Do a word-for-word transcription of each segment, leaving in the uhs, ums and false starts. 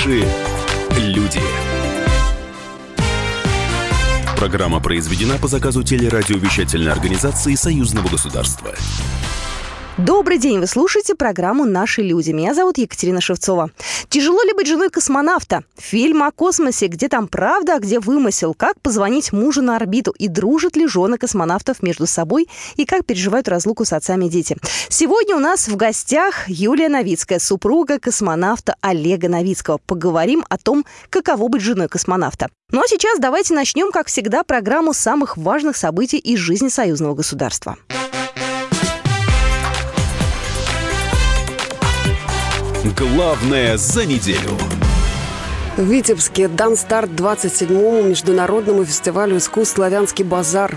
Наши люди. Программа произведена по заказу телерадиовещательной организации Союзного государства. Добрый день, вы слушаете программу «Наши люди». Меня зовут Екатерина Шевцова. Тяжело ли быть женой космонавта? Фильм о космосе, где там правда, а где вымысел. Как позвонить мужу на орбиту? И дружат ли жены космонавтов между собой? И как переживают разлуку с отцами дети? Сегодня у нас в гостях Юлия Новицкая, супруга космонавта Олега Новицкого. Поговорим о том, каково быть женой космонавта. Ну а сейчас давайте начнем, как всегда, программу самых важных событий из жизни союзного государства. Главное за неделю. В Витебске дан старт двадцать седьмому международному фестивалю искусств «Славянский базар».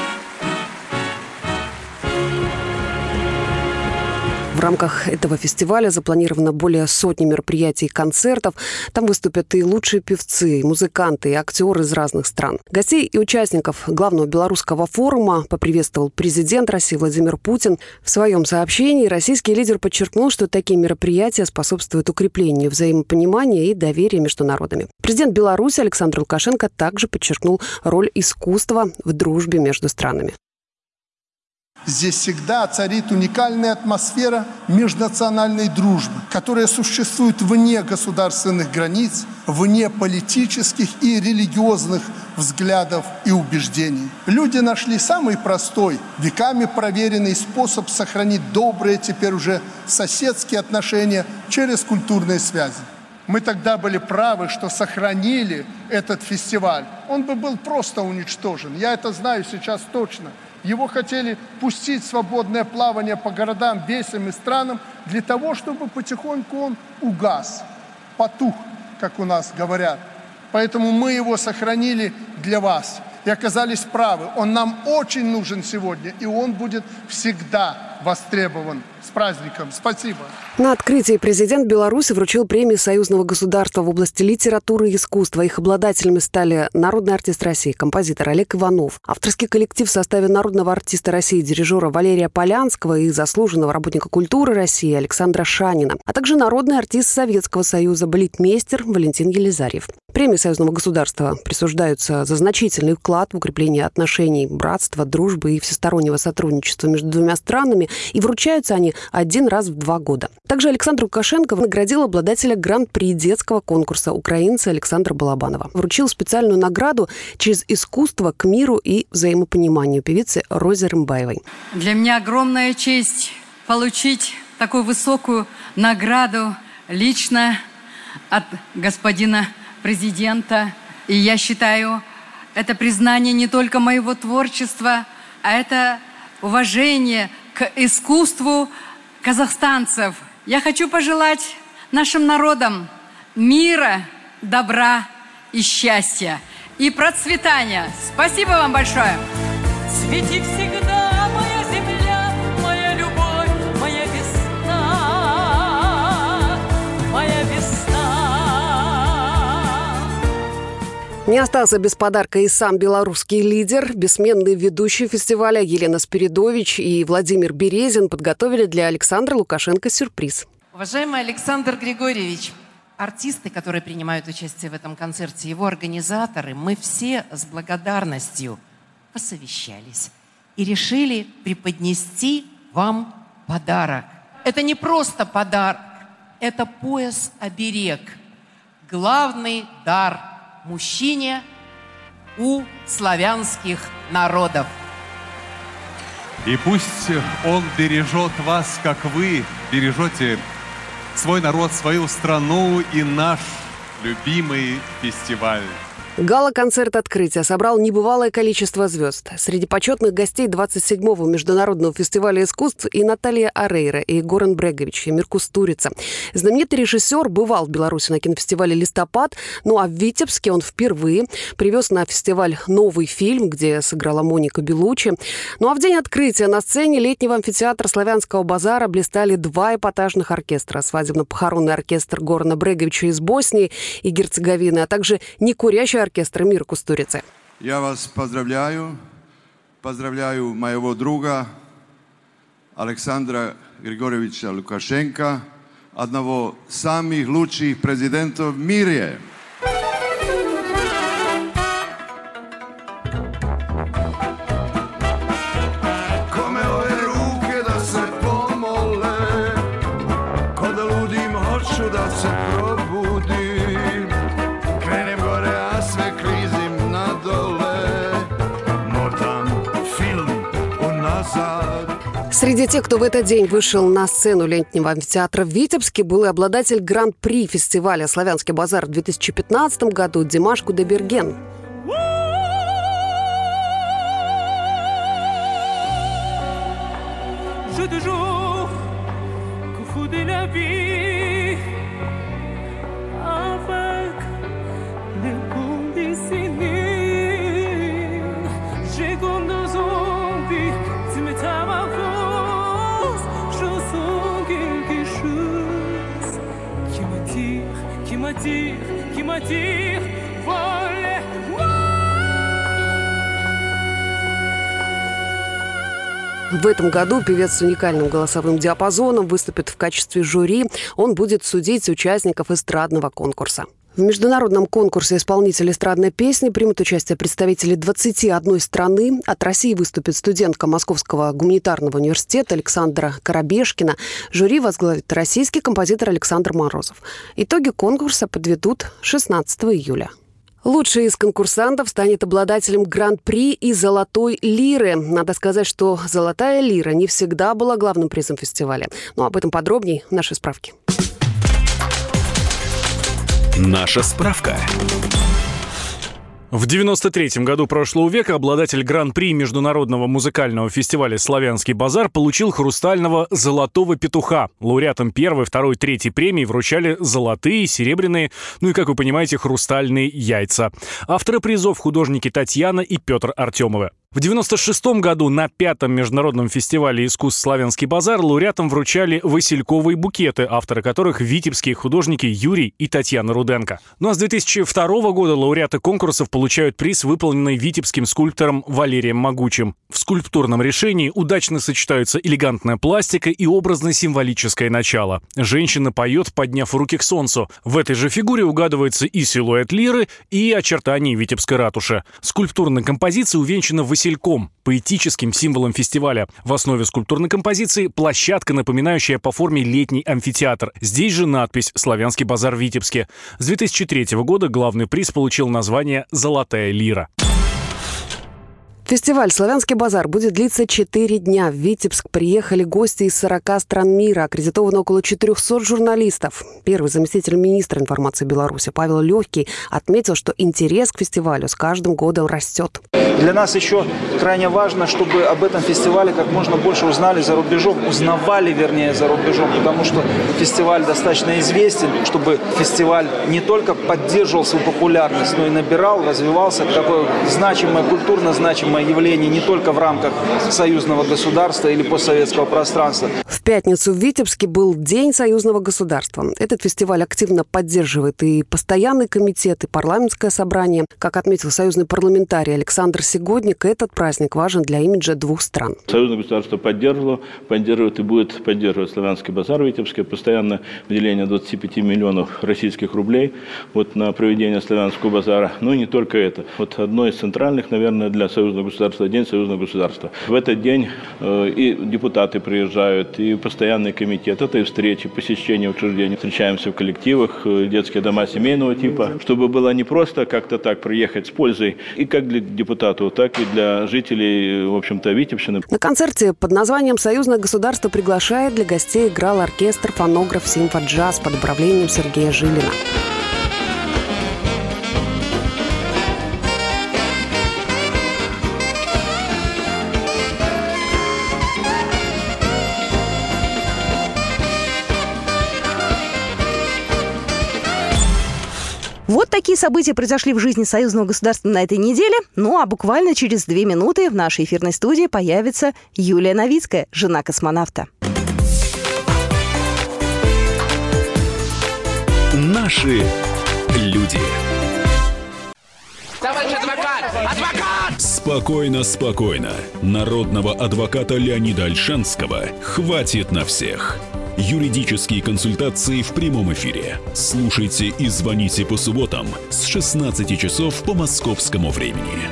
В рамках этого фестиваля запланировано более сотни мероприятий и концертов. Там выступят и лучшие певцы, и музыканты, и актеры из разных стран. Гостей и участников главного белорусского форума поприветствовал президент России Владимир Путин. В своем сообщении российский лидер подчеркнул, что такие мероприятия способствуют укреплению взаимопонимания и доверия между народами. Президент Беларуси Александр Лукашенко также подчеркнул роль искусства в дружбе между странами. Здесь всегда царит уникальная атмосфера межнациональной дружбы, которая существует вне государственных границ, вне политических и религиозных взглядов и убеждений. Люди нашли самый простой, веками проверенный способ сохранить добрые, теперь уже соседские отношения через культурные связи. Мы тогда были правы, что сохранили этот фестиваль. Он бы был просто уничтожен. Я это знаю сейчас точно. Его хотели пустить в свободное плавание по городам, весям и странам для того, чтобы потихоньку он угас, потух, как у нас говорят. Поэтому мы его сохранили для вас и оказались правы. Он нам очень нужен сегодня, и он будет всегда востребован. С праздником. Спасибо. На открытии президент Беларуси вручил премии союзного государства в области литературы и искусства. Их обладателями стали народный артист России, композитор Олег Иванов, авторский коллектив в составе народного артиста России, дирижера Валерия Полянского и заслуженного работника культуры России Александра Шанина, а также народный артист Советского Союза, балетмейстер Валентин Елизарьев. Премии союзного государства присуждаются за значительный вклад в укрепление отношений, братства, дружбы и всестороннего сотрудничества между двумя странами, и вручаются они один раз в два года. Также Александр Лукашенко наградил обладателя гран-при детского конкурса украинца Александра Балабанова. Вручил специальную награду «Через искусство к миру и взаимопониманию» певице Розе Рымбаевой. Для меня огромная честь получить такую высокую награду лично от господина президента. И я считаю, это признание не только моего творчества, а это уважение к искусству казахстанцев. Я хочу пожелать нашим народам мира, добра и счастья, и процветания. Спасибо вам большое. Цвети всегда, моя земля, моя любовь, моя весна, моя весна. Не остался без подарка и сам белорусский лидер. Бессменный ведущий фестиваля Елена Спиридович и Владимир Березин подготовили для Александра Лукашенко сюрприз. Уважаемый Александр Григорьевич, артисты, которые принимают участие в этом концерте, его организаторы, мы все с благодарностью посовещались и решили преподнести вам подарок. Это не просто подарок, это пояс-оберег. Главный дар мужчине у славянских народов. И пусть он бережет вас, как вы бережете свой народ, свою страну и наш любимый фестиваль. Гала-концерт открытия собрал небывалое количество звезд. Среди почетных гостей двадцать седьмого международного фестиваля искусств и Наталья Орейро, и Горан Брегович, и Эмир Кустурица. Знаменитый режиссер бывал в Беларуси на кинофестивале «Листопад», ну а в Витебске он впервые привез на фестиваль новый фильм, где сыграла Моника Белуччи. Ну а в день открытия на сцене летнего амфитеатра Славянского базара блистали два эпатажных оркестра. Свадебно-похоронный оркестр Горана Бреговича из Боснии и Герцеговины, а также некурящий оркестр Эмира Кустурицы. Я вас поздравляю. Поздравляю моего друга Александра Григорьевича Лукашенко, одного из самых лучших президентов в мире. Среди тех, кто в этот день вышел на сцену летнего амфитеатра в Витебске, был и обладатель гран-при фестиваля «Славянский базар» в две тысячи пятнадцатом году Димаш Кудайберген. В этом году певец с уникальным голосовым диапазоном выступит в качестве жюри. Он будет судить участников эстрадного конкурса. В международном конкурсе исполнителей эстрадной песни примут участие представители двадцати одной страны. От России выступит студентка Московского гуманитарного университета Александра Коробешкина. Жюри возглавит российский композитор Александр Морозов. Итоги конкурса подведут шестнадцатого июля. Лучший из конкурсантов станет обладателем гран-при и «Золотой лиры». Надо сказать, что «Золотая лира» не всегда была главным призом фестиваля. Но об этом подробнее в нашей справке. Наша справка. В девяносто третьем году прошлого века обладатель гран-при международного музыкального фестиваля «Славянский базар» получил хрустального «Золотого петуха». Лауреатам первой, второй, третьей премии вручали золотые, серебряные, ну и, как вы понимаете, хрустальные яйца. Авторы призов — художники Татьяна и Петр Артемовы. В девяносто шестом году на пятом международном фестивале искусств «Славянский базар» лауреатам вручали васильковые букеты, авторы которых — витебские художники Юрий и Татьяна Руденко. Ну а с две тысячи второго года лауреаты конкурсов получают приз, выполненный витебским скульптором Валерием Могучим. В скульптурном решении удачно сочетаются элегантная пластика и образно-символическое начало. Женщина поет, подняв руки к солнцу. В этой же фигуре угадывается и силуэт лиры, и очертания Витебской ратуши. Скульптурная композиция увенчана васильком, поэтическим символом фестиваля. В основе скульптурной композиции площадка, напоминающая по форме летний амфитеатр. Здесь же надпись «Славянский базар в Витебске». С две тысячи третьего года главный приз получил название «Золотая лира». Фестиваль «Славянский базар» будет длиться четыре дня. В Витебск приехали гости из сорока стран мира. Аккредитовано около четырехсот журналистов. Первый заместитель министра информации Беларуси Павел Легкий отметил, что интерес к фестивалю с каждым годом растет. Для нас еще крайне важно, чтобы об этом фестивале как можно больше узнали за рубежом, узнавали, вернее, за рубежом, потому что фестиваль достаточно известен, чтобы фестиваль не только поддерживал свою популярность, но и набирал, развивался, такое значимое, культурно значимое явление не только в рамках союзного государства или постсоветского пространства. В пятницу в Витебске был День союзного государства. Этот фестиваль активно поддерживает и постоянный комитет, и парламентское собрание. Как отметил союзный парламентарий Александр Сегодник, этот праздник важен для имиджа двух стран. Союзное государство поддерживало, поддерживает и будет поддерживать Славянский базар в Витебске. Постоянно выделение двадцати пяти миллионов российских рублей вот, на проведение Славянского базара. Но и не только это. Вот одно из центральных, наверное, для союзного государства, День союзного государства. В этот день э, и депутаты приезжают, и постоянный комитет. Это и встречи, посещения учреждений. Встречаемся в коллективах, э, детские дома семейного типа, чтобы было не просто как-то так приехать с пользой, и как для депутатов, так и для жителей, в общем-то, Витебщины. На концерте под названием «Союзное государство» приглашает, для гостей играл оркестр «Фонограф Симфоджаз» под управлением Сергея Жилина. Вот такие события произошли в жизни союзного государства на этой неделе. Ну а буквально через две минуты в нашей эфирной студии появится Юлия Новицкая, жена космонавта. Наши люди. Товарищ адвокат! Адвокат! Спокойно, спокойно. Народного адвоката Леонида Ольшанского хватит на всех. Юридические консультации в прямом эфире. Слушайте и звоните по субботам с шестнадцати часов по московскому времени.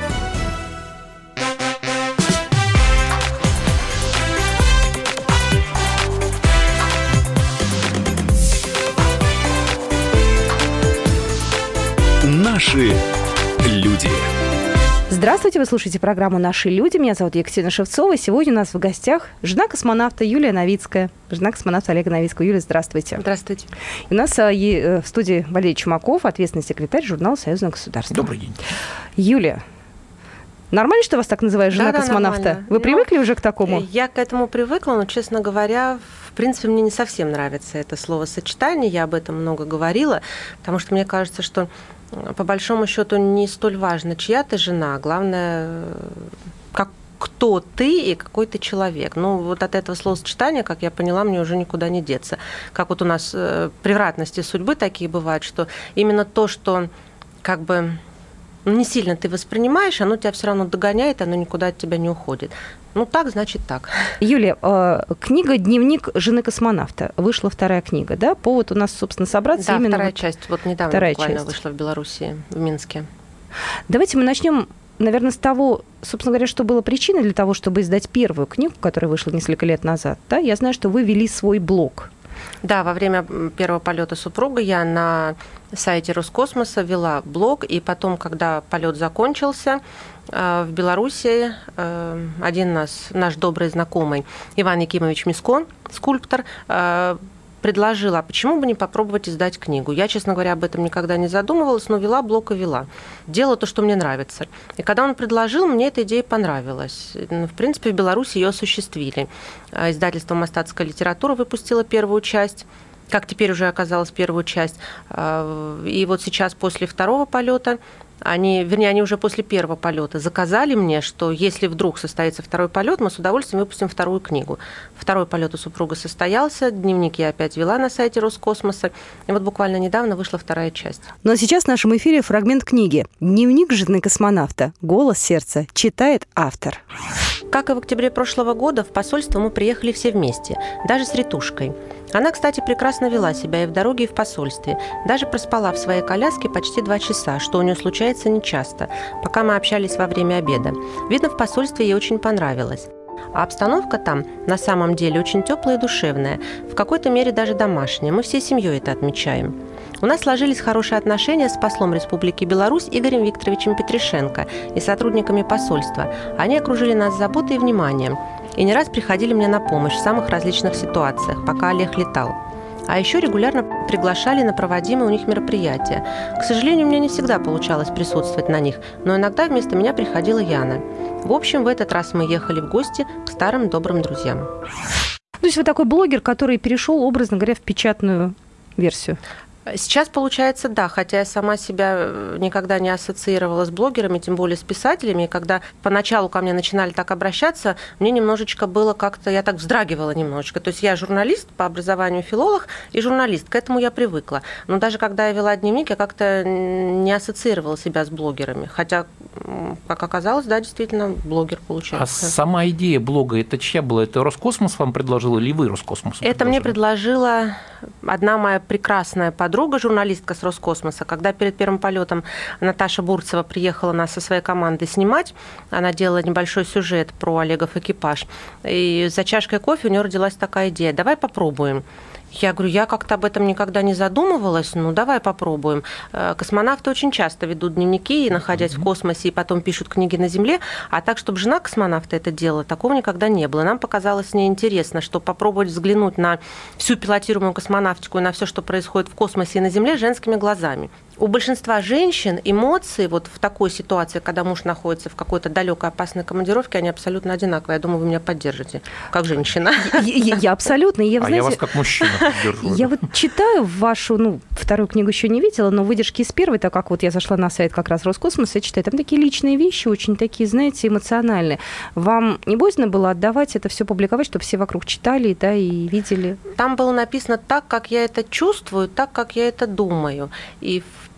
Наши люди. Здравствуйте, вы слушаете программу «Наши люди». Меня зовут Екатерина Шевцова. Сегодня у нас в гостях жена космонавта Юлия Новицкая. Жена космонавта Олега Новицкого. Юлия, здравствуйте. Здравствуйте. И у нас в студии Валерий Чумаков, ответственный секретарь журнала «Союзное государство». Добрый день. Юлия, нормально, что вас так называют, жена да, космонавта? Да, Вы привыкли уже к такому? Я к этому привыкла, но, честно говоря, в принципе, мне не совсем нравится это словосочетание. Я об этом много говорила, потому что мне кажется, что по большому счету не столь важно, чья ты жена, главное, как, кто ты и какой ты человек. Ну, вот от этого словосочетания, как я поняла, мне уже никуда не деться. Как вот у нас э, превратности судьбы такие бывают, что именно то, что как бы не сильно ты воспринимаешь, оно тебя все равно догоняет, оно никуда от тебя не уходит. Ну, так, значит, так. Юлия, э, книга «Дневник жены космонавта». Вышла вторая книга, да? Повод у нас, собственно, собраться да, именно... вторая вот... часть. Вот недавно вторая буквально часть. вышла в Беларуси, в Минске. Давайте мы начнем, наверное, с того, собственно говоря, что было причиной для того, чтобы издать первую книгу, которая вышла несколько лет назад. Да? Я знаю, что вы вели свой блог. Да, во время первого полета супруга я на сайте Роскосмоса вела блог, и потом, когда полет закончился, в Беларуси один наш, наш добрый знакомый Иван Якимович Миско, скульптор, предложил, а почему бы не попробовать издать книгу? Я, честно говоря, об этом никогда не задумывалась, но вела блог и вела. Делала то, что мне нравится. И когда он предложил, мне эта идея понравилась. В принципе, в Беларуси ее осуществили. Издательство «Мастатская литература» выпустило первую часть, как теперь уже оказалось, первую часть. И вот сейчас, после второго полета, они, вернее, они уже после первого полета заказали мне, что если вдруг состоится второй полет, мы с удовольствием выпустим вторую книгу. Второй полет у супруга состоялся, дневник я опять вела на сайте Роскосмоса, и вот буквально недавно вышла вторая часть. Ну а сейчас в нашем эфире фрагмент книги «Дневник жены космонавта. Голос сердца». Читает автор. Как и в октябре прошлого года, в посольство мы приехали все вместе, даже с Ритушкой. Она, кстати, прекрасно вела себя и в дороге, и в посольстве. Даже проспала в своей коляске почти два часа, что у нее случается нечасто, пока мы общались во время обеда. Видно, в посольстве ей очень понравилось. А обстановка там на самом деле очень теплая и душевная, в какой-то мере даже домашняя. Мы всей семьей это отмечаем. У нас сложились хорошие отношения с послом Республики Беларусь Игорем Викторовичем Петришенко и сотрудниками посольства. Они окружили нас заботой и вниманием. И не раз приходили мне на помощь в самых различных ситуациях, пока Олег летал. А еще регулярно приглашали на проводимые у них мероприятия. К сожалению, у меня не всегда получалось присутствовать на них, но иногда вместо меня приходила Яна. В общем, в этот раз мы ехали в гости к старым добрым друзьям. То есть вы такой блогер, который перешел, образно говоря, в печатную версию? Сейчас получается, да, хотя я сама себя никогда не ассоциировала с блогерами, тем более с писателями. И когда поначалу ко мне начинали так обращаться, мне немножечко было как-то, я так вздрагивала немножечко. То есть я журналист, по образованию филолог и журналист, к этому я привыкла. Но даже когда я вела дневник, я как-то не ассоциировала себя с блогерами. Хотя, как оказалось, да, действительно, блогер получается. А сама идея блога, это чья была? Это Роскосмос вам предложил или вы Роскосмосу предложили? Это мне предложила одна моя прекрасная подруга, журналистка с Роскосмоса. Когда перед первым полетом Наташа Бурцева приехала нас со своей командой снимать, она делала небольшой сюжет про Олегов экипаж. И за чашкой кофе у нее родилась такая идея: давай попробуем. Я говорю, я как-то об этом никогда не задумывалась, ну давай попробуем. Космонавты очень часто ведут дневники, находясь в космосе, и потом пишут книги на Земле, а так, чтобы жена космонавта это делала, такого никогда не было. Нам показалось неинтересно, что попробовать взглянуть на всю пилотируемую космонавтику и на все, что происходит в космосе и на Земле, женскими глазами. У большинства женщин эмоции вот в такой ситуации, когда муж находится в какой-то далекой опасной командировке, они абсолютно одинаковые. Я думаю, вы меня поддержите, как женщина. Я, я, я абсолютно. Я, а знаете, я вас как мужчина поддержу. Я вот читаю вашу, ну, вторую книгу еще не видела, но выдержки из первой, так как вот я зашла на сайт как раз Роскосмоса, я читаю, там такие личные вещи, очень такие, знаете, эмоциональные. Вам не боязно было отдавать это все, публиковать, чтобы все вокруг читали, да, и видели? Там было написано так, как я это чувствую, так, как я это думаю. И в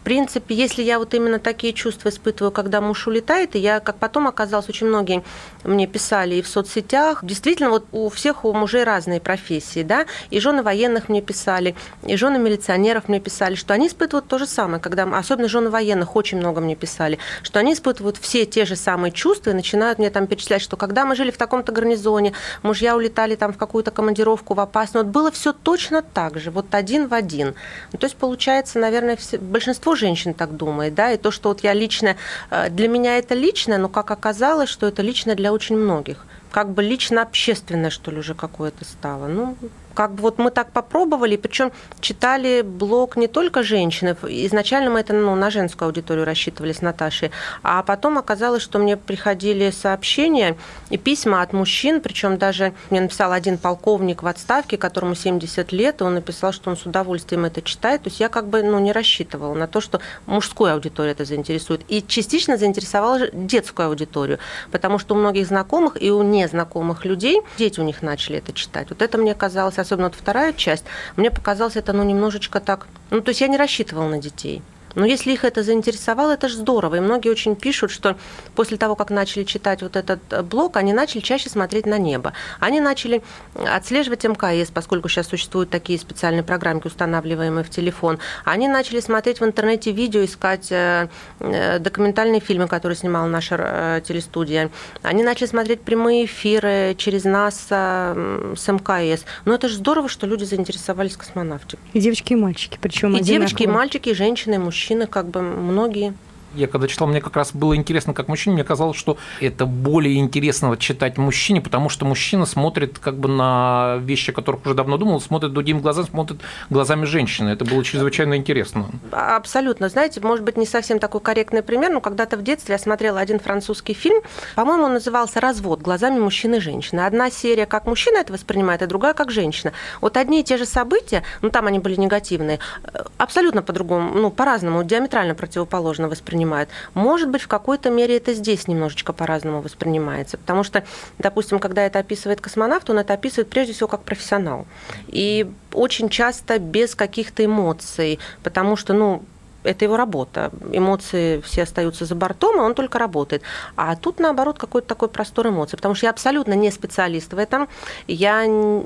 В принципе, если я вот именно такие чувства испытываю, когда муж улетает, и я, как потом оказалось, очень многие мне писали и в соцсетях, действительно, вот у всех у мужей разные профессии, да, и жены военных мне писали, и жены милиционеров мне писали, что они испытывают то же самое, когда, особенно жены военных очень много мне писали, что они испытывают все те же самые чувства и начинают мне там перечислять, что когда мы жили в таком-то гарнизоне, мужья улетали там в какую-то командировку, в опасную, вот было все точно так же, вот один в один. Ну, то есть, получается, наверное, все, большинство женщин так думает, да, и то, что вот я лично, для меня это личное, но как оказалось, что это личное для очень многих. Как бы лично-общественное, что ли, уже какое-то стало. Ну, как бы вот мы так попробовали, причем читали блог не только женщины, изначально мы это ну, на женскую аудиторию рассчитывали с Наташей, а потом оказалось, что мне приходили сообщения и письма от мужчин, причем даже мне написал один полковник в отставке, которому семьдесят лет, и он написал, что он с удовольствием это читает, то есть я как бы ну, не рассчитывала на то, что мужскую аудиторию это заинтересует, и частично заинтересовала детскую аудиторию, потому что у многих знакомых и у незнакомых людей дети у них начали это читать. Вот это мне казалось, особенно вот вторая часть, мне показалось это ну, немножечко так... Ну, то есть я не рассчитывала на детей. Но если их это заинтересовало, это же здорово. И многие очень пишут, что после того, как начали читать вот этот блог, они начали чаще смотреть на небо. Они начали отслеживать эм ка эс, поскольку сейчас существуют такие специальные программки, устанавливаемые в телефон. Они начали смотреть в интернете видео, искать документальные фильмы, которые снимала наша телестудия. Они начали смотреть прямые эфиры через НАСА с эм ка эс. Но это же здорово, что люди заинтересовались космонавтикой. И девочки, и мальчики, причем И одинаково. девочки, и мальчики, и женщины, и мужчины. Мужчины, как бы многие. Я когда читал, мне как раз было интересно как мужчине, мне казалось, что это более интересно читать мужчине, потому что мужчина смотрит как бы на вещи, о которых уже давно думал, смотрит другими глазами, смотрит глазами женщины. Это было чрезвычайно интересно. Абсолютно. Знаете, может быть, не совсем такой корректный пример, но когда-то в детстве я смотрела один французский фильм, по-моему, он назывался «Развод. Глазами мужчины и женщины». Одна серия, как мужчина это воспринимает, а другая, как женщина. Вот одни и те же события, ну, там они были негативные, абсолютно по-другому, ну, по-разному, диаметрально противоположно воспринимают. Может быть, в какой-то мере это здесь немножечко по-разному воспринимается, потому что, допустим, когда это описывает космонавт, он это описывает прежде всего как профессионал. И очень часто без каких-то эмоций, потому что, ну, это его работа. Эмоции все остаются за бортом, и он только работает. А тут, наоборот, какой-то такой простор эмоций. Потому что я абсолютно не специалист в этом. Я,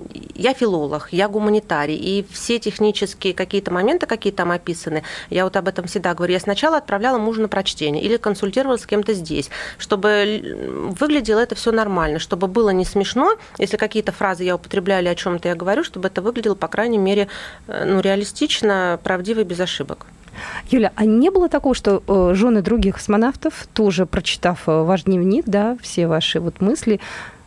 я филолог, я гуманитарий. И все технические какие-то моменты, какие там описаны, я вот об этом всегда говорю. Я сначала отправляла мужа на прочтение или консультировалась с кем-то здесь, чтобы выглядело это все нормально, чтобы было не смешно, если какие-то фразы я употребляю или о чем-то я говорю, чтобы это выглядело, по крайней мере, ну, реалистично, правдиво и без ошибок. Юля, а не было такого, что э, жены других космонавтов, тоже прочитав э, ваш дневник, да, все ваши вот мысли,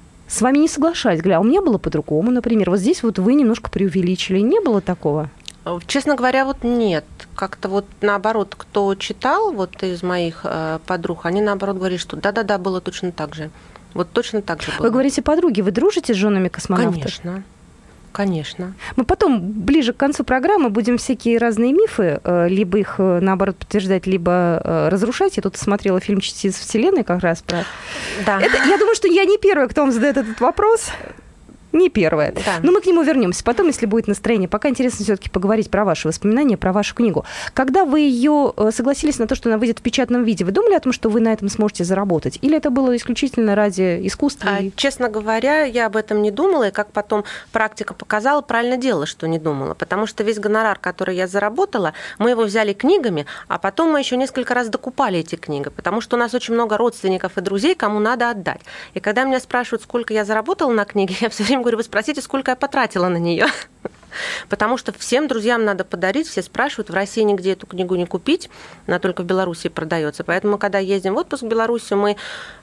с вами не соглашались? Говорят, а у меня было по-другому, например. Вот здесь вот вы немножко преувеличили. Не было такого? Честно говоря, вот нет. Как-то вот наоборот, кто читал вот из моих э, подруг, они наоборот говорили, что да-да-да, было точно так же. Вот точно так же было. Вы говорите, подруги, вы дружите с женами космонавтов? Конечно. Конечно. Мы потом, ближе к концу программы, будем всякие разные мифы, либо их, наоборот, подтверждать, либо разрушать. Я тут смотрела фильм «Частицы Вселенной» как раз про... Да. Это, я думаю, что я не первая, кто вам задает этот вопрос. Не первое. Да. Но мы к нему вернемся потом, если будет настроение. Пока интересно все-таки поговорить про ваши воспоминания, про вашу книгу. Когда вы ее согласились на то, что она выйдет в печатном виде, вы думали о том, что вы на этом сможете заработать? Или это было исключительно ради искусства? А, честно говоря, я об этом не думала, и как потом практика показала, правильно делала, что не думала. Потому что весь гонорар, который я заработала, мы его взяли книгами, а потом мы еще несколько раз докупали эти книги, потому что у нас очень много родственников и друзей, кому надо отдать. И когда меня спрашивают, сколько я заработала на книге, я все время говорю, вы спросите, сколько я потратила на нее. Потому что всем друзьям надо подарить, все спрашивают, в России нигде эту книгу не купить, она только в Беларуси продается. Поэтому, когда ездим в отпуск в Белоруссию, мы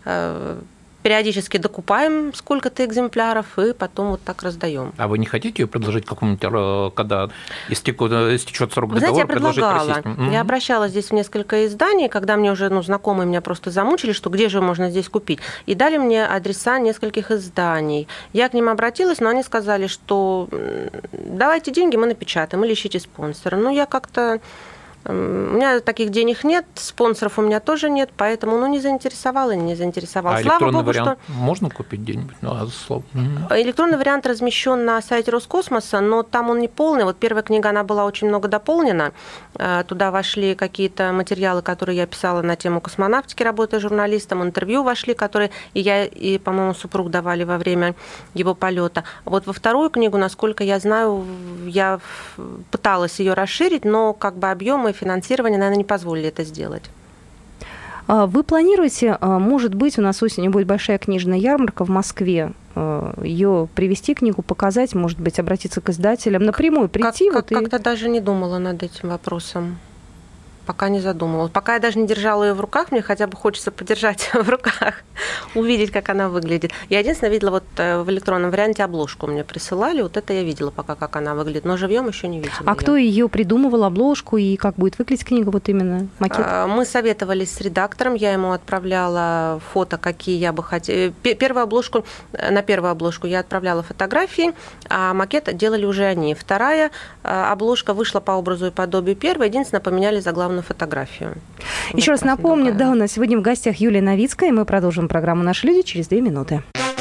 э, периодически докупаем сколько-то экземпляров и потом вот так раздаем. А вы не хотите ее предложить какому-нибудь, когда истекут, истечет срок вы договора, знаете, я предлагала. российским? Я обращалась здесь в несколько изданий, когда мне уже ну, знакомые меня просто замучили, что где же можно здесь купить. И дали мне адреса нескольких изданий. Я к ним обратилась, но они сказали, что давайте деньги, мы напечатаем, или ищите спонсора. Ну, я как-то У меня таких денег нет, спонсоров у меня тоже нет, поэтому ну, не заинтересовал и не заинтересовал. А Слава электронный богу, вариант что... можно купить где-нибудь? Ну, а, слава... Электронный вариант размещен на сайте Роскосмоса, но там он не полный. Вот первая книга, она была очень много дополнена. Туда вошли какие-то материалы, которые я писала на тему космонавтики, работая журналистом, интервью вошли, которые и я, и, по-моему, супруг давали во время его полета. Вот во вторую книгу, насколько я знаю, я пыталась ее расширить, но как бы объемы финансирования, наверное, не позволили это сделать. Вы планируете, может быть, у нас осенью будет большая книжная ярмарка в Москве, ее привезти, книгу показать, может быть, обратиться к издателям, напрямую прийти? Как, вот как, и... Как-то даже не думала над этим вопросом. Пока не задумывалась. Пока я даже не держала ее в руках, мне хотя бы хочется подержать в руках, увидеть, как она выглядит. Я единственное видела вот в электронном варианте обложку мне присылали, вот это я видела пока, как она выглядит, но живьем еще не видела. А ее. Кто ее придумывал, обложку, и как будет выглядеть книга, вот именно макет? Мы советовались с редактором, я ему отправляла фото, какие я бы хотела. Первую обложку, на первую обложку я отправляла фотографии, а макет делали уже они. Вторая обложка вышла по образу и подобию первой, единственное, поменяли заглавную фотографию. Еще раз напомню, да, у нас сегодня в гостях Юлия Новицкая, и мы продолжим программу «Наши люди» через две минуты.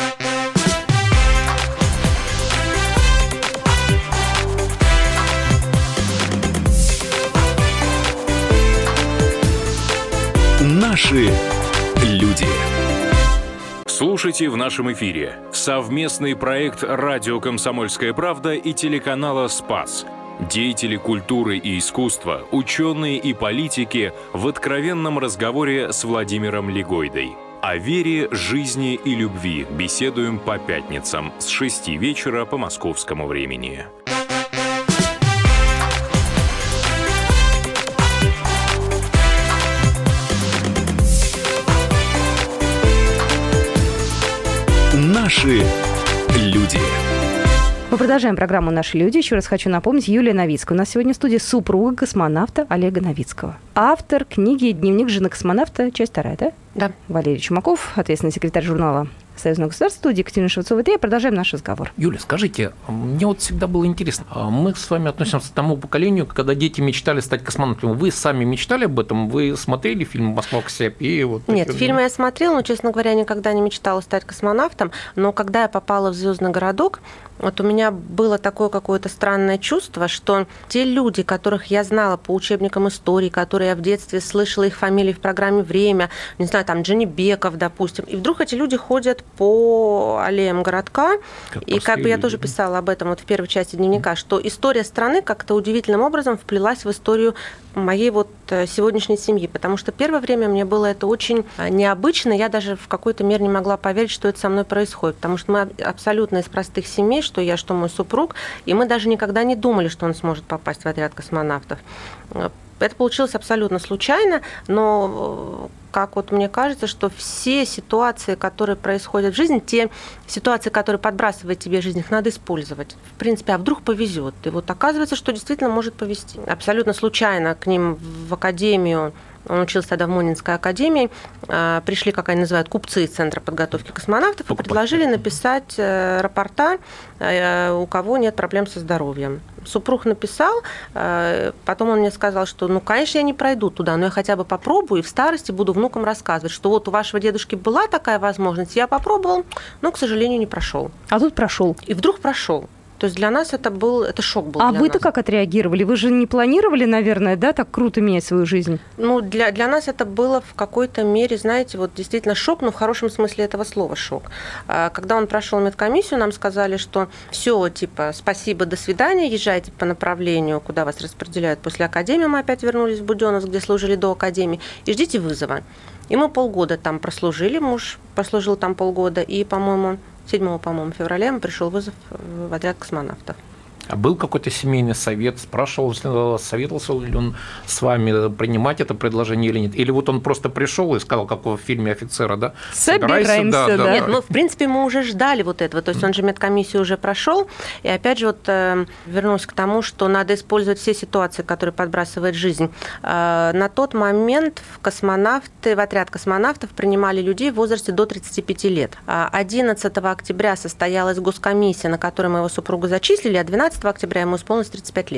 Наши люди. Слушайте в нашем эфире совместный проект «Радио Комсомольская правда» и телеканала «Спас». Деятели культуры и искусства, ученые и политики в откровенном разговоре с Владимиром Легойдой. О вере, жизни и любви беседуем по пятницам с шести вечера по московскому времени. Наши люди. Мы продолжаем программу «Наши люди». Еще раз хочу напомнить, Юлия Новицкая. У нас сегодня в студии супруга космонавта Олега Новицкого. Автор книги «Дневник жены космонавта», часть вторая, да? Да. Валерий Чумаков, ответственный секретарь журнала «Союзное государство», студии Екатерина Шевцова. И продолжаем наш разговор. Юля, скажите, мне вот всегда было интересно. Мы с вами относимся к тому поколению, когда дети мечтали стать космонавтами. Вы сами мечтали об этом? Вы смотрели фильм «Москва Кассиопея»? Вот Нет, такие... фильмы я смотрела, но, честно говоря, никогда не мечтала стать космонавтом. Но когда я попала в «Звездный городок», вот у меня было такое какое-то странное чувство, что те люди, которых я знала по учебникам истории, которые я в детстве слышала их фамилии в программе «Время», не знаю, там Дженебеков, допустим, и вдруг эти люди ходят по аллеям городка, как и как бы я люди, тоже да? писала об этом вот в первой части дневника, что история страны как-то удивительным образом вплелась в историю моей вот сегодняшней семьи, потому что первое время мне было это очень необычно, я даже в какой-то мере не могла поверить, что это со мной происходит, потому что мы абсолютно из простых семей, что я, что мой супруг, и мы даже никогда не думали, что он сможет попасть в отряд космонавтов. Это получилось абсолютно случайно, но, как вот мне кажется, что все ситуации, которые происходят в жизни, те ситуации, которые подбрасывает тебе жизнь, их надо использовать. В принципе, а вдруг повезет? И вот оказывается, что действительно может повезти. Абсолютно случайно к ним в академию, он учился тогда в Монинской академии, пришли, как они называют, купцы из Центра подготовки космонавтов и предложили написать рапорта, у кого нет проблем со здоровьем. Супруг написал, потом он мне сказал, что, ну, конечно, я не пройду туда, но я хотя бы попробую и в старости буду внукам рассказывать, что вот у вашего дедушки была такая возможность, я попробовал, но, к сожалению, не прошел. А тут прошел. И вдруг прошел. То есть для нас это был, это шок был. А для вы-то нас. Как отреагировали? Вы же не планировали, наверное, да, так круто менять свою жизнь? Ну, для, для нас это было в какой-то мере, знаете, вот действительно шок, но в хорошем смысле этого слова шок. Когда он прошел медкомиссию, нам сказали, что все, типа, спасибо, до свидания, езжайте по направлению, куда вас распределяют после академии. Мы опять вернулись в Буденновск, где служили до академии, и ждите вызова. И мы полгода там прослужили, муж прослужил там полгода, и, по-моему, седьмого, по-моему, февраля ему пришел вызов в отряд космонавтов. А был какой-то семейный совет? Спрашивал, советовался ли он с вами принимать это предложение или нет? Или вот он просто пришел и сказал, как в фильме «Офицера», да? Собираемся, да. да. Нет, ну, в принципе, мы уже ждали вот этого. То есть он же медкомиссию уже прошел. И опять же, вот вернусь к тому, что надо использовать все ситуации, которые подбрасывает жизнь. На тот момент в космонавты, в отряд космонавтов принимали людей в возрасте до тридцати пяти лет. одиннадцатого октября состоялась госкомиссия, на которой моего супруга зачислили, а двенадцатого октября ему исполнилось тридцать пять лет.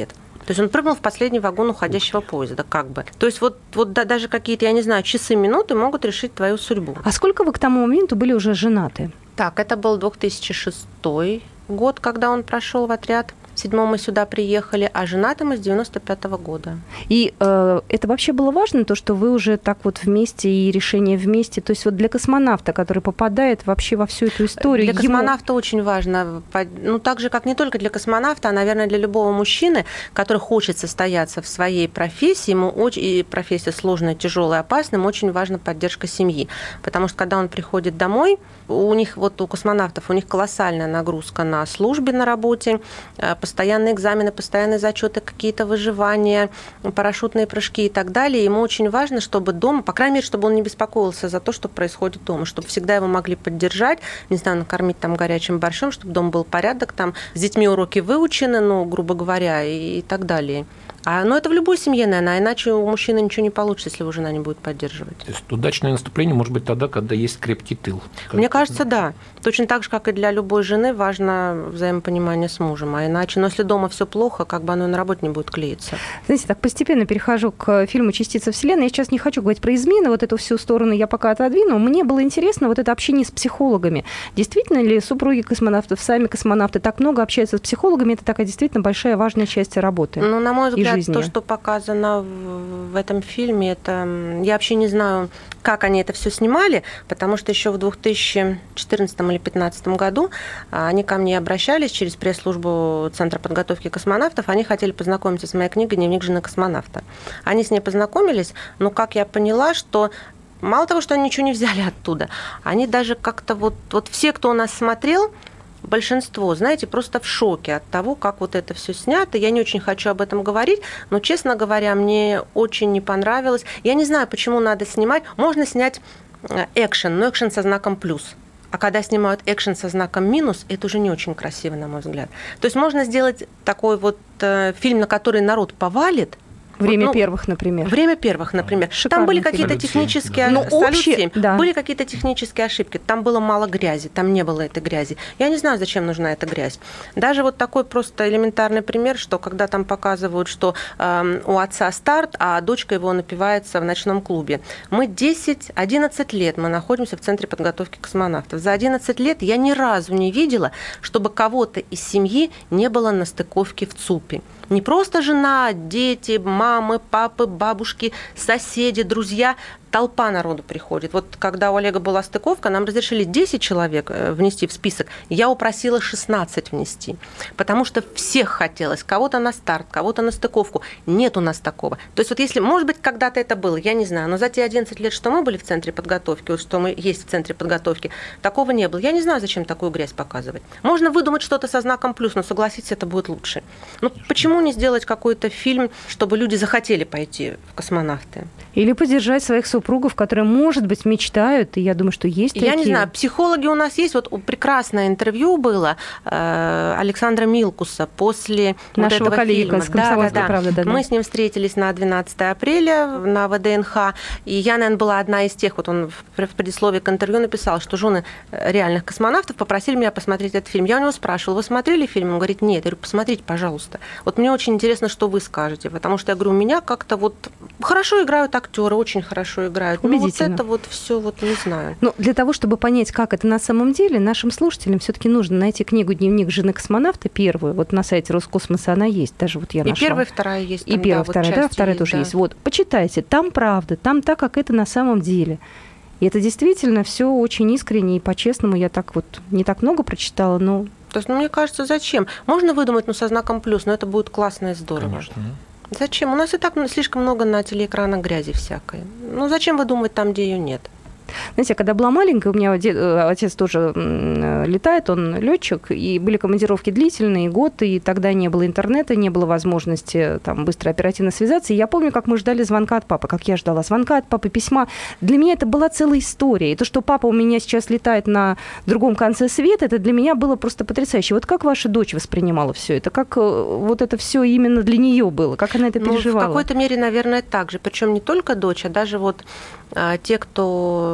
То есть он прыгнул в последний вагон уходящего поезда, как бы. То есть вот, вот да, даже какие-то, я не знаю, часы, минуты могут решить твою судьбу. А сколько вы к тому моменту были уже женаты? Так, это был две тысячи шестой год, когда он прошел в отряд. В седьмом мы сюда приехали, а женаты мы с девяносто пятого года. И э, это вообще было важно, то, что вы уже так вот вместе и решение вместе. То есть вот для космонавта, который попадает вообще во всю эту историю... Для ему... космонавта очень важно, ну так же, как не только для космонавта, а, наверное, для любого мужчины, который хочет состояться в своей профессии, ему очень, и профессия сложная, тяжелая, опасная, ему очень важна поддержка семьи. Потому что когда он приходит домой, у них, вот у космонавтов, у них колоссальная нагрузка на службе, на работе, постоянные экзамены, постоянные зачеты, какие-то выживания, парашютные прыжки и так далее. Ему очень важно, чтобы дома, по крайней мере, чтобы он не беспокоился за то, что происходит дома, чтобы всегда его могли поддержать, не знаю, накормить там горячим борщом, чтобы дома был порядок, там с детьми уроки выучены, ну, грубо говоря, и, и так далее. А, но это в любой семье, наверное, иначе у мужчины ничего не получится, если его жена не будет поддерживать. То есть удачное наступление может быть тогда, когда есть крепкий тыл. Мне кажется, да. Точно так же, как и для любой жены, важно взаимопонимание с мужем. А иначе, но если дома все плохо, как бы оно и на работе не будет клеиться. Знаете, так постепенно перехожу к фильму «Частица Вселенной». Я сейчас не хочу говорить про измены, вот эту всю сторону я пока отодвину. Мне было интересно вот это общение с психологами. Действительно ли супруги космонавтов, сами космонавты так много общаются с психологами? Это такая действительно большая важная часть работы. Ну, на мой взгляд, жизни. То, что показано в этом фильме, это... Я вообще не знаю, как они это все снимали, потому что еще в две тысячи четырнадцатом или две тысячи пятнадцатом году они ко мне обращались через пресс-службу Центра подготовки космонавтов. Они хотели познакомиться с моей книгой «Дневник жены космонавта». Они с ней познакомились, но как я поняла, что мало того, что они ничего не взяли оттуда, они даже как-то вот, вот все, кто у нас смотрел, большинство, знаете, просто в шоке от того, как вот это все снято. Я не очень хочу об этом говорить, но, честно говоря, мне очень не понравилось. Я не знаю, почему надо снимать. Можно снять экшен, но экшен со знаком плюс. А когда снимают экшен со знаком минус, это уже не очень красиво, на мой взгляд. То есть можно сделать такой вот э, фильм, на который народ повалит. Время ну, первых, например. Время первых, например. Шикарный там были фильм. какие-то технические да. ошибки. Общие, да. Были какие-то технические ошибки. Там было мало грязи, там не было этой грязи. Я не знаю, зачем нужна эта грязь. Даже вот такой просто элементарный пример, что когда там показывают, что э, у отца старт, а дочка его напивается в ночном клубе. Мы десять-одиннадцать лет мы находимся в Центре подготовки космонавтов. За одиннадцать лет я ни разу не видела, чтобы кого-то из семьи не было на стыковке в ЦУПе. Не просто жена, дети, мамы, папы, бабушки, соседи, друзья. Толпа народу приходит. Вот когда у Олега была стыковка, нам разрешили десять человек внести в список. Я упросила шестнадцать внести. Потому что всех хотелось. Кого-то на старт, кого-то на стыковку. Нет у нас такого. То есть вот если, может быть, когда-то это было, я не знаю, но за те одиннадцать лет, что мы были в Центре подготовки, вот что мы есть в Центре подготовки, такого не было. Я не знаю, зачем такую грязь показывать. Можно выдумать что-то со знаком плюс, но согласитесь, это будет лучше. Ну почему не сделать какой-то фильм, чтобы люди захотели пойти в космонавты? Или поддержать своих супругов, которые, может быть, мечтают, и я думаю, что есть такие. Я не знаю, психологи у нас есть. Вот прекрасное интервью было э, Александра Милкуса после нашего вот этого коллеги фильма. с «Комсомольской да, да, правды». Да, да. Мы с ним встретились на двенадцатое апреля на вэ дэ эн ха, и я, наверное, была одна из тех, вот он в предисловии к интервью написал, что жены реальных космонавтов попросили меня посмотреть этот фильм. Я у него спрашивала, вы смотрели фильм? Он говорит, нет. Я говорю, посмотрите, пожалуйста. Вот мне очень интересно, что вы скажете, потому что я говорю, у меня как-то вот хорошо играют актеры, очень хорошо играют. Убедительно. Ну, вот это вот все, вот не знаю. Но для того, чтобы понять, как это на самом деле, нашим слушателям все-таки нужно найти книгу «Дневник жены космонавта» первую. Вот на сайте Роскосмоса она есть, даже вот я нашла. И первая, и вторая есть. И там, первая, да, вторая, вот да, вторая есть, тоже да. есть. Вот, почитайте, там правда, там так, как это на самом деле. И это действительно все очень искренне и по-честному. Я так вот не так много прочитала, но... То есть, ну, мне кажется, зачем? Можно выдумать, ну, со знаком плюс, но это будет классно и здорово. Конечно. Зачем? У нас и так слишком много на телеэкранах грязи всякой. Ну, зачем выдумывать там, где ее нет? Знаете, когда была маленькая, у меня отец тоже летает, он летчик, и были командировки длительные, год, и тогда не было интернета, не было возможности там быстро оперативно связаться. И я помню, как мы ждали звонка от папы, как я ждала звонка от папы, письма. Для меня это была целая история. И то, что папа у меня сейчас летает на другом конце света, это для меня было просто потрясающе. Вот как ваша дочь воспринимала все это? Как вот это все именно для нее было? Как она это переживала? Ну, в какой-то мере, наверное, так же. Причем не только дочь, а даже вот а, те, кто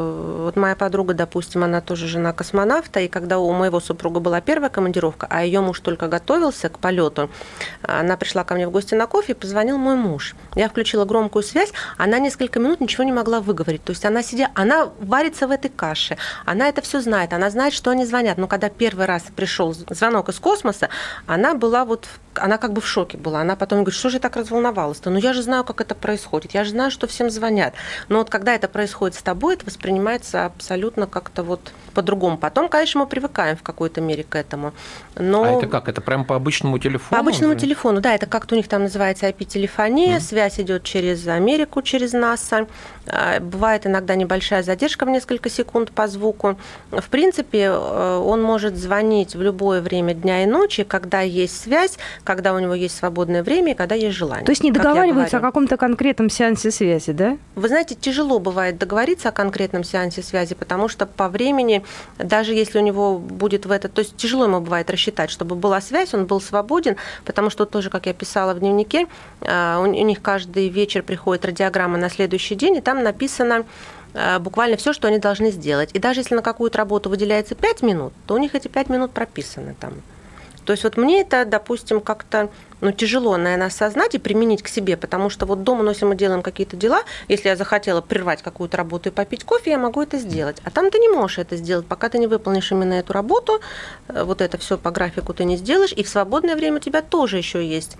вот моя подруга, допустим, она тоже жена космонавта, и когда у моего супруга была первая командировка, а ее муж только готовился к полету, она пришла ко мне в гости на кофе, и позвонил мой муж. Я включила громкую связь, она несколько минут ничего не могла выговорить. То есть она сидя, она варится в этой каше, она это все знает, она знает, что они звонят. Но когда первый раз пришел звонок из космоса, она была вот, она как бы в шоке была. Она потом говорит, что же я так разволновалась-то? Ну я же знаю, как это происходит, я же знаю, что всем звонят. Но вот когда это происходит с тобой, это воспринимается абсолютно как-то вот по-другому. Потом, конечно, мы привыкаем в какой-то мере к этому. Но... А это как? Это прям по обычному телефону? По обычному телефону, да. Это как-то у них там называется ай пи-телефония. Mm. Связь идет через Америку, через НАСА. Бывает иногда небольшая задержка в несколько секунд по звуку. В принципе, он может звонить в любое время дня и ночи, когда есть связь, когда у него есть свободное время и когда есть желание. То есть не договариваются о каком-то конкретном сеансе связи, да? Вы знаете, тяжело бывает договориться о конкретном сеансе связи, потому что по времени, даже если у него будет в это... То есть тяжело ему бывает рассчитать, чтобы была связь, он был свободен, потому что тоже, как я писала в дневнике, у них каждый вечер приходит радиограмма на следующий день, и там написано буквально все, что они должны сделать. И даже если на какую-то работу выделяется пять минут, то у них эти пять минут прописаны там. То есть вот мне это, допустим, как-то ну, тяжело, наверное, осознать и применить к себе, потому что вот дома, ну, если мы делаем какие-то дела, если я захотела прервать какую-то работу и попить кофе, я могу это сделать. А там ты не можешь это сделать, пока ты не выполнишь именно эту работу, вот это все по графику ты не сделаешь, и в свободное время у тебя тоже еще есть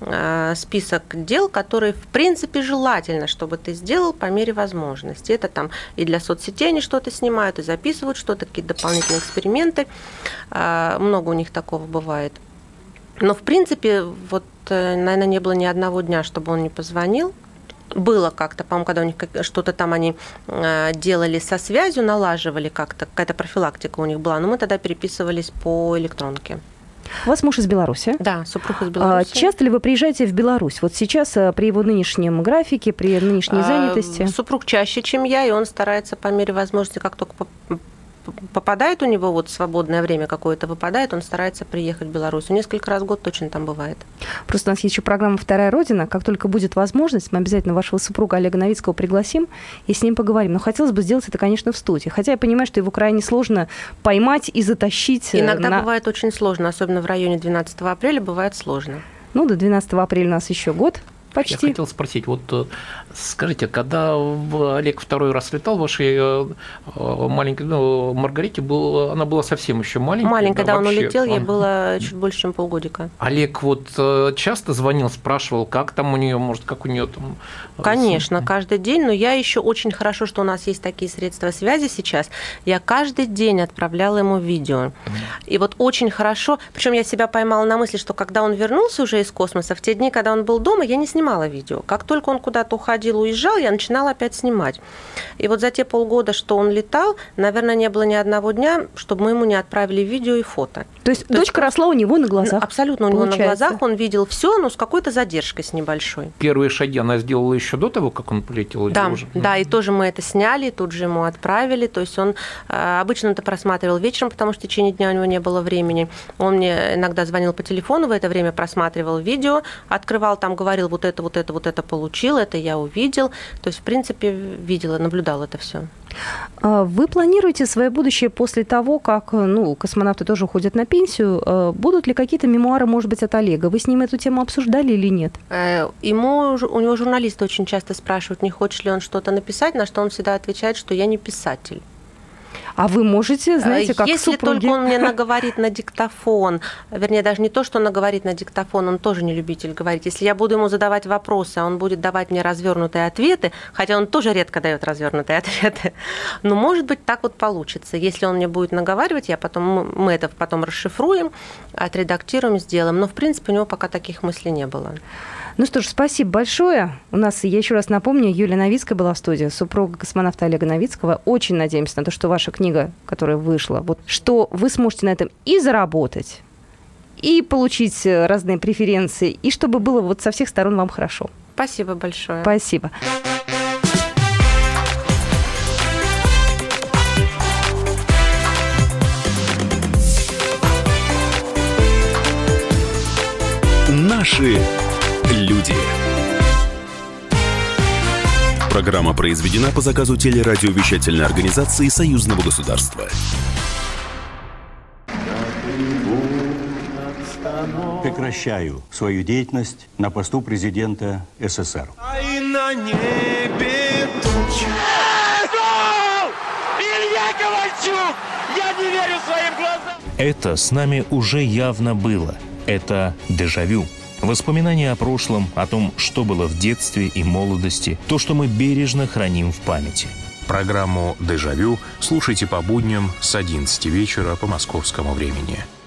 список дел, которые, в принципе, желательно, чтобы ты сделал по мере возможности. Это там и для соцсетей они что-то снимают, и записывают что-то, какие-то дополнительные эксперименты. Много у них такого бывает. Но, в принципе, вот, наверное, не было ни одного дня, чтобы он не позвонил. Было как-то, по-моему, когда у них что-то там они делали со связью, налаживали как-то, какая-то профилактика у них была, но мы тогда переписывались по электронке. У вас муж из Беларуси? Да, супруг из Беларуси. Часто ли вы приезжаете в Беларусь? Вот сейчас при его нынешнем графике, при нынешней занятости? Супруг чаще, чем я, и он старается по мере возможности, как только попадает у него вот свободное время какое-то выпадает, он старается приехать в Беларусь. Несколько раз в год точно там бывает. Просто у нас есть еще программа «Вторая Родина». Как только будет возможность, мы обязательно вашего супруга Олега Новицкого пригласим и с ним поговорим. Но хотелось бы сделать это, конечно, в студии. Хотя я понимаю, что его крайне сложно поймать и затащить. Иногда на... бывает очень сложно, особенно в районе двенадцатого апреля бывает сложно. Ну, до двенадцатого апреля у нас еще год. Почти. Я хотел спросить, вот скажите, когда Олег второй раз летал, вашей маленькой, ну, Маргарите, был, она была совсем еще маленькая? Маленькая, да, да, он улетел, ей было чуть больше, чем полгодика. Олег вот часто звонил, спрашивал, как там у нее, может, как у нее там? Конечно, каждый день, но я еще очень хорошо, что у нас есть такие средства связи сейчас, я каждый день отправляла ему видео. И вот очень хорошо, причем я себя поймала на мысли, что когда он вернулся уже из космоса, в те дни, когда он был дома, я не снимала видео. Как только он куда-то уходил, уезжал, я начинала опять снимать. И вот за те полгода, что он летал, наверное, не было ни одного дня, чтобы мы ему не отправили видео и фото. То есть То дочка есть, росла у него на глазах? Абсолютно у получается. него на глазах. Он видел все, но с какой-то задержкой, с небольшой. Первые шаги она сделала еще до того, как он полетел? Да, уже? да, и тоже мы это сняли, тут же ему отправили. То есть он обычно это просматривал вечером, потому что в течение дня у него не было времени. Он мне иногда звонил по телефону, в это время просматривал видео, открывал там, говорил, вот это, вот это, вот это получил, это я увидел. То есть, в принципе, видела, наблюдал это все. Вы планируете свое будущее после того, как ну, космонавты тоже уходят на пенсию? Будут ли какие-то мемуары, может быть, от Олега? Вы с ним эту тему обсуждали или нет? Ему, у него журналисты очень часто спрашивают, не хочет ли он что-то написать, на что он всегда отвечает, что я не писатель. А вы можете, знаете, как Если супруги... только он мне наговорит на диктофон, вернее, даже не то, что он наговорит на диктофон, он тоже не любитель говорить. Если я буду ему задавать вопросы, а он будет давать мне развернутые ответы, хотя он тоже редко дает развернутые ответы, но, может быть, так вот получится. Если он мне будет наговаривать, я потом, мы это потом расшифруем, отредактируем, сделаем. Но, в принципе, у него пока таких мыслей не было. Ну что ж, спасибо большое. У нас, я еще раз напомню, Юлия Новицкая была в студии, супруга космонавта Олега Новицкого. Очень надеемся на то, что ваша книга, которая вышла, вот, что вы сможете на этом и заработать, и получить разные преференции, и чтобы было вот со всех сторон вам хорошо. Спасибо большое. Спасибо. Наши люди. Программа произведена по заказу телерадиовещательной организации Союзного государства. Прекращаю свою деятельность на посту президента СССР. А и на небе тучи. Илья Ковальчук! Я не верю своим глазам! Это с нами уже явно было. Это дежавю. Воспоминания о прошлом, о том, что было в детстве и молодости, то, что мы бережно храним в памяти. Программу «Дежавю» слушайте по будням с одиннадцати вечера по московскому времени.